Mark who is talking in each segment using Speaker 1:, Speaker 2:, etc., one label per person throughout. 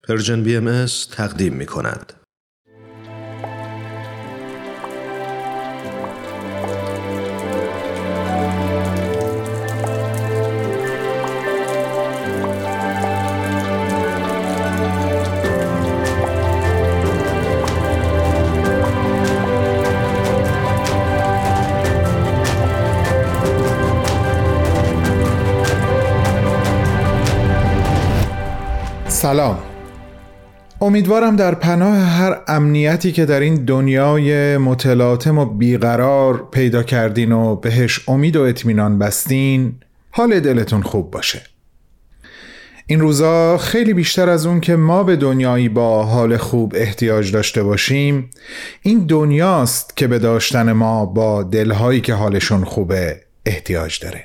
Speaker 1: پرژن BMS تقدیم می کند.
Speaker 2: سلام. امیدوارم در پناه هر امنیتی که در این دنیای متلاطم و بیقرار پیدا کردین و بهش امید و اطمینان بستین حال دلتون خوب باشه. این روزا خیلی بیشتر از اون که ما به دنیایی با حال خوب احتیاج داشته باشیم، این دنیاست که به داشتن ما با دلهایی که حالشون خوبه احتیاج داره.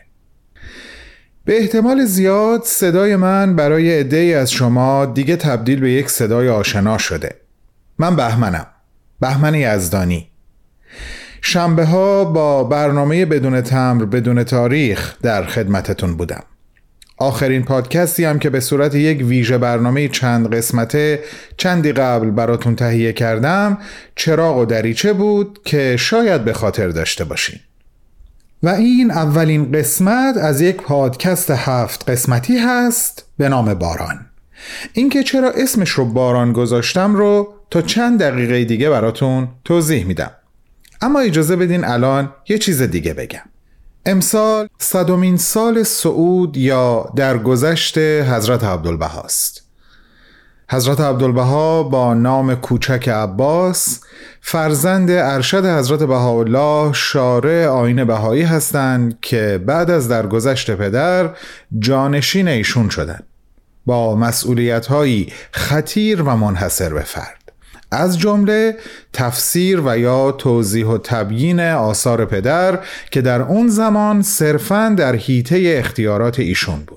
Speaker 2: به احتمال زیاد صدای من برای عده‌ای از شما دیگه تبدیل به یک صدای آشنا شده. من بهمن یزدانی. شنبه ها با برنامه بدون تمبر بدون تاریخ در خدمتتون بودم. آخرین پادکستی هم که به صورت یک ویژه برنامه چند قسمته چندی قبل براتون تهیه کردم چراغ و دریچه بود که شاید به خاطر داشته باشین. و این اولین قسمت از یک پادکست 7 قسمتی هست به نام باران. اینکه چرا اسمش رو باران گذاشتم رو تا چند دقیقه دیگه براتون توضیح میدم. اما اجازه بدین الان یه چیز دیگه بگم. امسال 100مین سال صعود یا درگذشت حضرت عبدالبهاست. حضرت عبدالبها با نام کوچک عباس فرزند ارشد حضرت بهاءالله شارع آیین بهایی هستند که بعد از درگذشت پدر جانشین ایشون شدند با مسئولیت‌هایی خطیر و منحصر به فرد، از جمله تفسیر و یا توضیح و تبیین آثار پدر که در اون زمان صرفاً در حیطه اختیارات ایشون بود.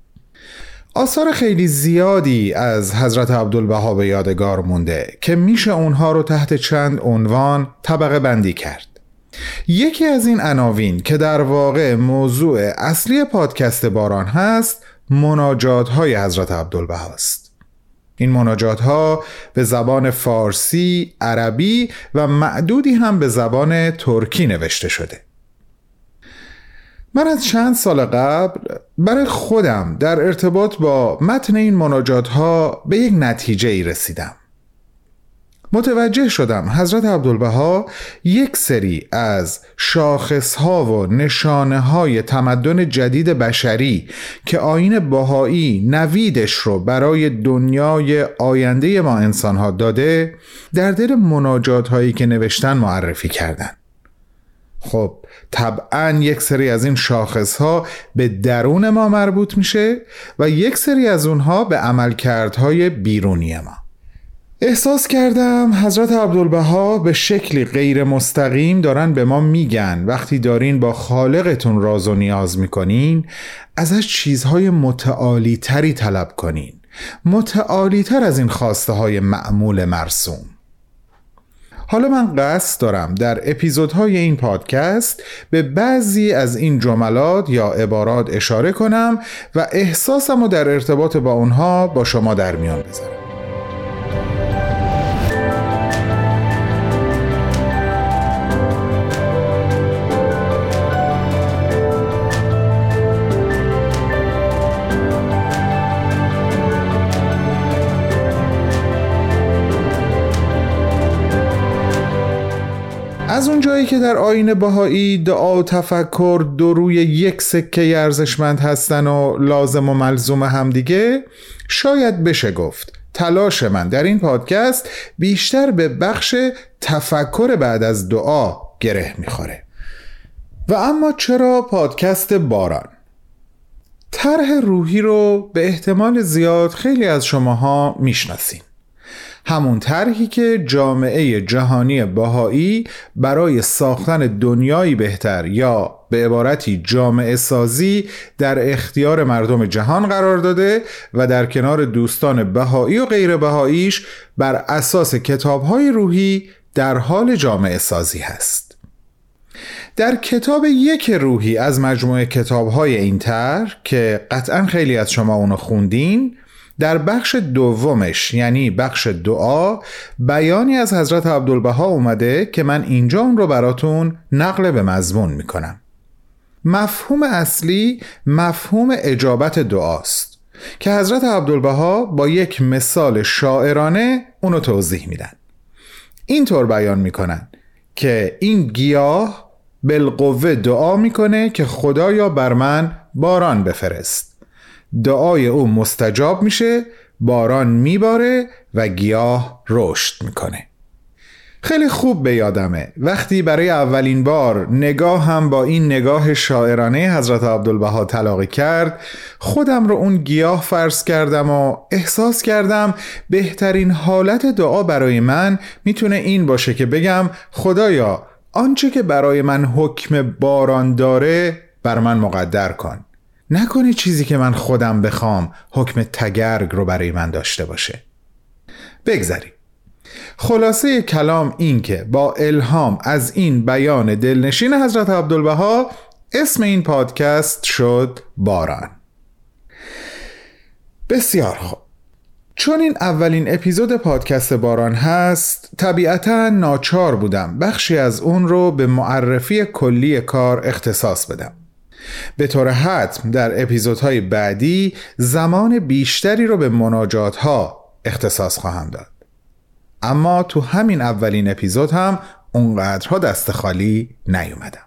Speaker 2: آثار خیلی زیادی از حضرت عبدالبها به یادگار مونده که میشه اونها رو تحت چند عنوان طبقه بندی کرد. یکی از این عناوین که در واقع موضوع اصلی پادکست باران هست، مناجات های حضرت عبدالبها است. این مناجات ها به زبان فارسی، عربی و معدودی هم به زبان ترکی نوشته شده. من از چند سال قبل برای خودم در ارتباط با متن این مناجات ها به یک نتیجه ای رسیدم. متوجه شدم حضرت عبدالبها یک سری از شاخص ها و نشانه های تمدن جدید بشری که آیین بهایی نویدش رو برای دنیای آینده ما انسان ها داده در دل مناجات هایی که نوشتن معرفی کردن. خب طبعاً یک سری از این شاخص ها به درون ما مربوط میشه و یک سری از اونها به عملکردهای بیرونی ما. احساس کردم حضرت عبدالبها به شکلی غیر مستقیم دارن به ما میگن وقتی دارین با خالقتون راز و نیاز میکنین ازش چیزهای متعالی تری طلب کنین، متعالی تر از این خواسته های معمول مرسوم. حالا من قصد دارم در اپیزودهای این پادکست به بعضی از این جملات یا عبارات اشاره کنم و احساسم رو در ارتباط با اونها با شما در میان بذارم. از اون جایی که در آیین بهایی دعا و تفکر دو روی یک سکه ارزشمند هستن و لازم و ملزوم همدیگه، شاید بشه گفت تلاش من در این پادکست بیشتر به بخش تفکر بعد از دعا گره میخوره. و اما چرا پادکست باران؟ طرح روحی رو به احتمال زیاد خیلی از شماها میشناسین. همون طرحی که جامعه جهانی بهایی برای ساختن دنیایی بهتر یا به عبارتی جامعه سازی در اختیار مردم جهان قرار داده و در کنار دوستان بهایی و غیر بهاییش بر اساس کتاب‌های روحی در حال جامعه سازی هست. در کتاب یک روحی از مجموعه کتاب‌های این طرح که قطعاً خیلی از شما اونو خوندین، در بخش دومش یعنی بخش دعا بیانی از حضرت عبدالبها اومده که من اینجا اون رو براتون نقل به مضمون میکنم. مفهوم اصلی مفهوم اجابت دعاست که حضرت عبدالبها با یک مثال شاعرانه اونو توضیح میدن. اینطور بیان میکنن که این گیاه بالقوه دعا میکنه که خدایا بر من باران بفرست. دعای او مستجاب میشه، باران میباره و گیاه رشد میکنه. خیلی خوب به یادمه وقتی برای اولین بار نگاهم با این نگاه شاعرانه حضرت عبدالبها تلاقی کرد، خودم رو اون گیاه فرض کردم و احساس کردم بهترین حالت دعا برای من میتونه این باشه که بگم خدایا آنچه که برای من حکم باران داره بر من مقدر کن، نکنی چیزی که من خودم بخوام حکم تگرگ رو برای من داشته باشه. بگذاریم. خلاصه کلام این که با الهام از این بیان دلنشین حضرت عبدالبها اسم این پادکست شد باران. بسیار خوب. چون این اولین اپیزود پادکست باران هست، طبیعتاً ناچار بودم بخشی از اون رو به معرفی کلی کار اختصاص بدم. به طور حتم در اپیزودهای بعدی زمان بیشتری رو به مناجات‌ها اختصاص خواهم داد. اما تو همین اولین اپیزود هم اونقدرها دست خالی نیومدم.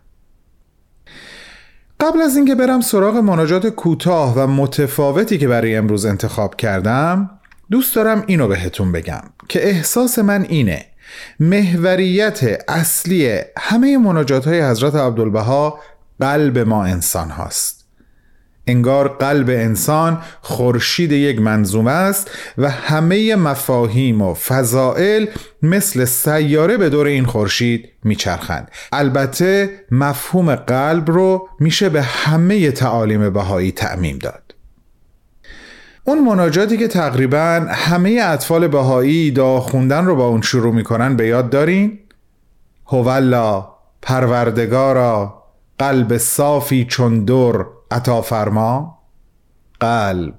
Speaker 2: قبل از اینکه برم سراغ مناجات کوتاه و متفاوتی که برای امروز انتخاب کردم، دوست دارم اینو بهتون بگم که احساس من اینه محوریت اصلی همه مناجات‌های حضرت عبدالبها قلب ما انسان هاست. انگار قلب انسان خورشید یک منظومه است و همه مفاهیم و فضائل مثل سیاره به دور این خورشید میچرخند. البته مفهوم قلب رو میشه به همه تعالیم بهایی تعمیم داد. اون مناجاتی که تقریبا همه اطفال بهایی دعا خوندن رو با اون شروع میکنن به یاد دارین؟ هوالله پروردگارا قلب صافی چون در عطا فرما. قلب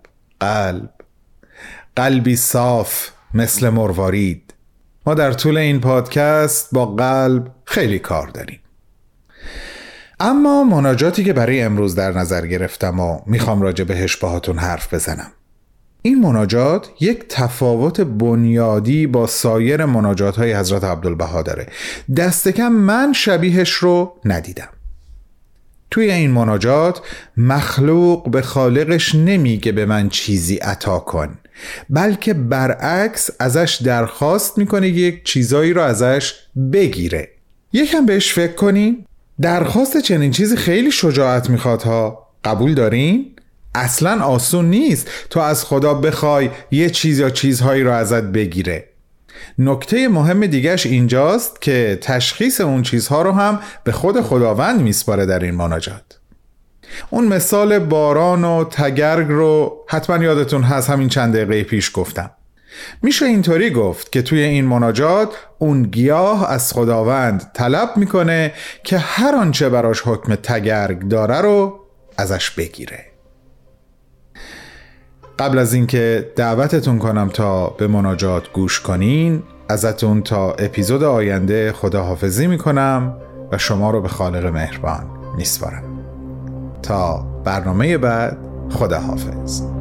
Speaker 2: قلبی صاف مثل مروارید. ما در طول این پادکست با قلب خیلی کار داریم. اما مناجاتی که برای امروز در نظر گرفتم و میخوام راجع بهش باهاتون حرف بزنم، این مناجات یک تفاوت بنیادی با سایر مناجات‌های حضرت عبدالبها داره. دست کم من شبیهش رو ندیدم. توی این مناجات مخلوق به خالقش نمیگه به من چیزی عطا کن، بلکه برعکس ازش درخواست میکنه یک چیزایی رو ازش بگیره. یکم بهش فکر کنین. درخواست چنین چیزی خیلی شجاعت میخواد ها. قبول دارین؟ اصلا آسون نیست تو از خدا بخوای یه چیز یا چیزهایی رو ازت بگیره. نکته مهم دیگهش اینجاست که تشخیص اون چیزها رو هم به خود خداوند میسپاره در این مناجات. اون مثال باران و تگرگ رو حتما یادتون هست، همین چند دقیقه پیش گفتم. میشه اینطوری گفت که توی این مناجات اون گیاه از خداوند طلب میکنه که هر آنچه براش حکم تگرگ داره رو ازش بگیره. قبل از اینکه دعوتتون کنم تا به مناجات گوش کنین، ازتون تا اپیزود آینده خداحافظی میکنم و شما رو به خالق مهربان میسپارم. تا برنامه بعد، خداحافظ.